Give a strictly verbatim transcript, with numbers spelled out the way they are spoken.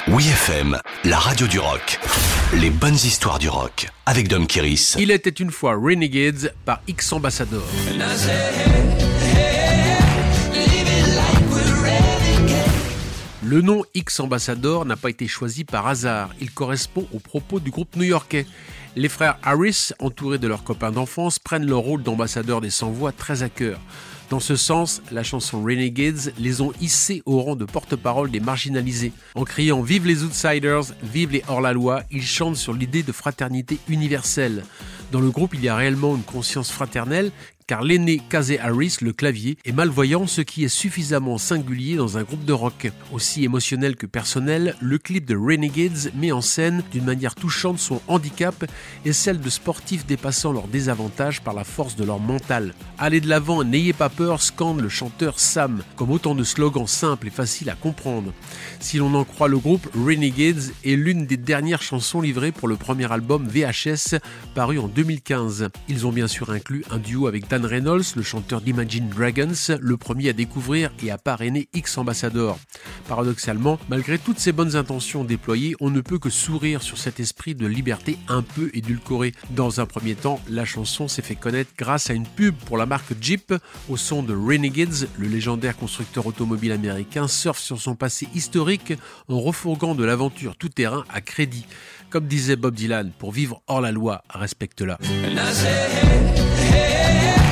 Oui F M, la radio du rock. Les bonnes histoires du rock avec Dom Kiris. Il était une fois Renegades par X Ambassador. Le nom X Ambassador n'a pas été choisi par hasard. Il correspond aux propos du groupe new-yorkais. Les frères Harris, entourés de leurs copains d'enfance, prennent leur rôle d'ambassadeurs des sans-voix très à cœur. Dans ce sens, la chanson Renegades les ont hissés au rang de porte-parole des marginalisés. En criant « Vive les outsiders, vive les hors-la-loi », ils chantent sur l'idée de fraternité universelle. Dans le groupe, il y a réellement une conscience fraternelle, car l'aîné Casey Harris, le clavier, est malvoyant, ce qui est suffisamment singulier dans un groupe de rock. Aussi émotionnel que personnel, le clip de Renegades met en scène d'une manière touchante son handicap et celle de sportifs dépassant leurs désavantages par la force de leur mental. Allez de l'avant, n'ayez pas peur, scande le chanteur Sam, comme autant de slogans simples et faciles à comprendre. Si l'on en croit le groupe, Renegades est l'une des dernières chansons livrées pour le premier album V H S paru en deux mille quinze. Ils ont bien sûr inclus un duo avec Dan Reynolds, le chanteur d'Imagine Dragons, le premier à découvrir et à parrainer X Ambassador. Paradoxalement, malgré toutes ces bonnes intentions déployées, on ne peut que sourire sur cet esprit de liberté un peu édulcoré. Dans un premier temps, la chanson s'est fait connaître grâce à une pub pour la marque Jeep. Au son de Renegades, le légendaire constructeur automobile américain surfe sur son passé historique en refourguant de l'aventure tout-terrain à crédit. Comme disait Bob Dylan, pour vivre hors la loi, respecte-la. And I say, hey, hey, hey.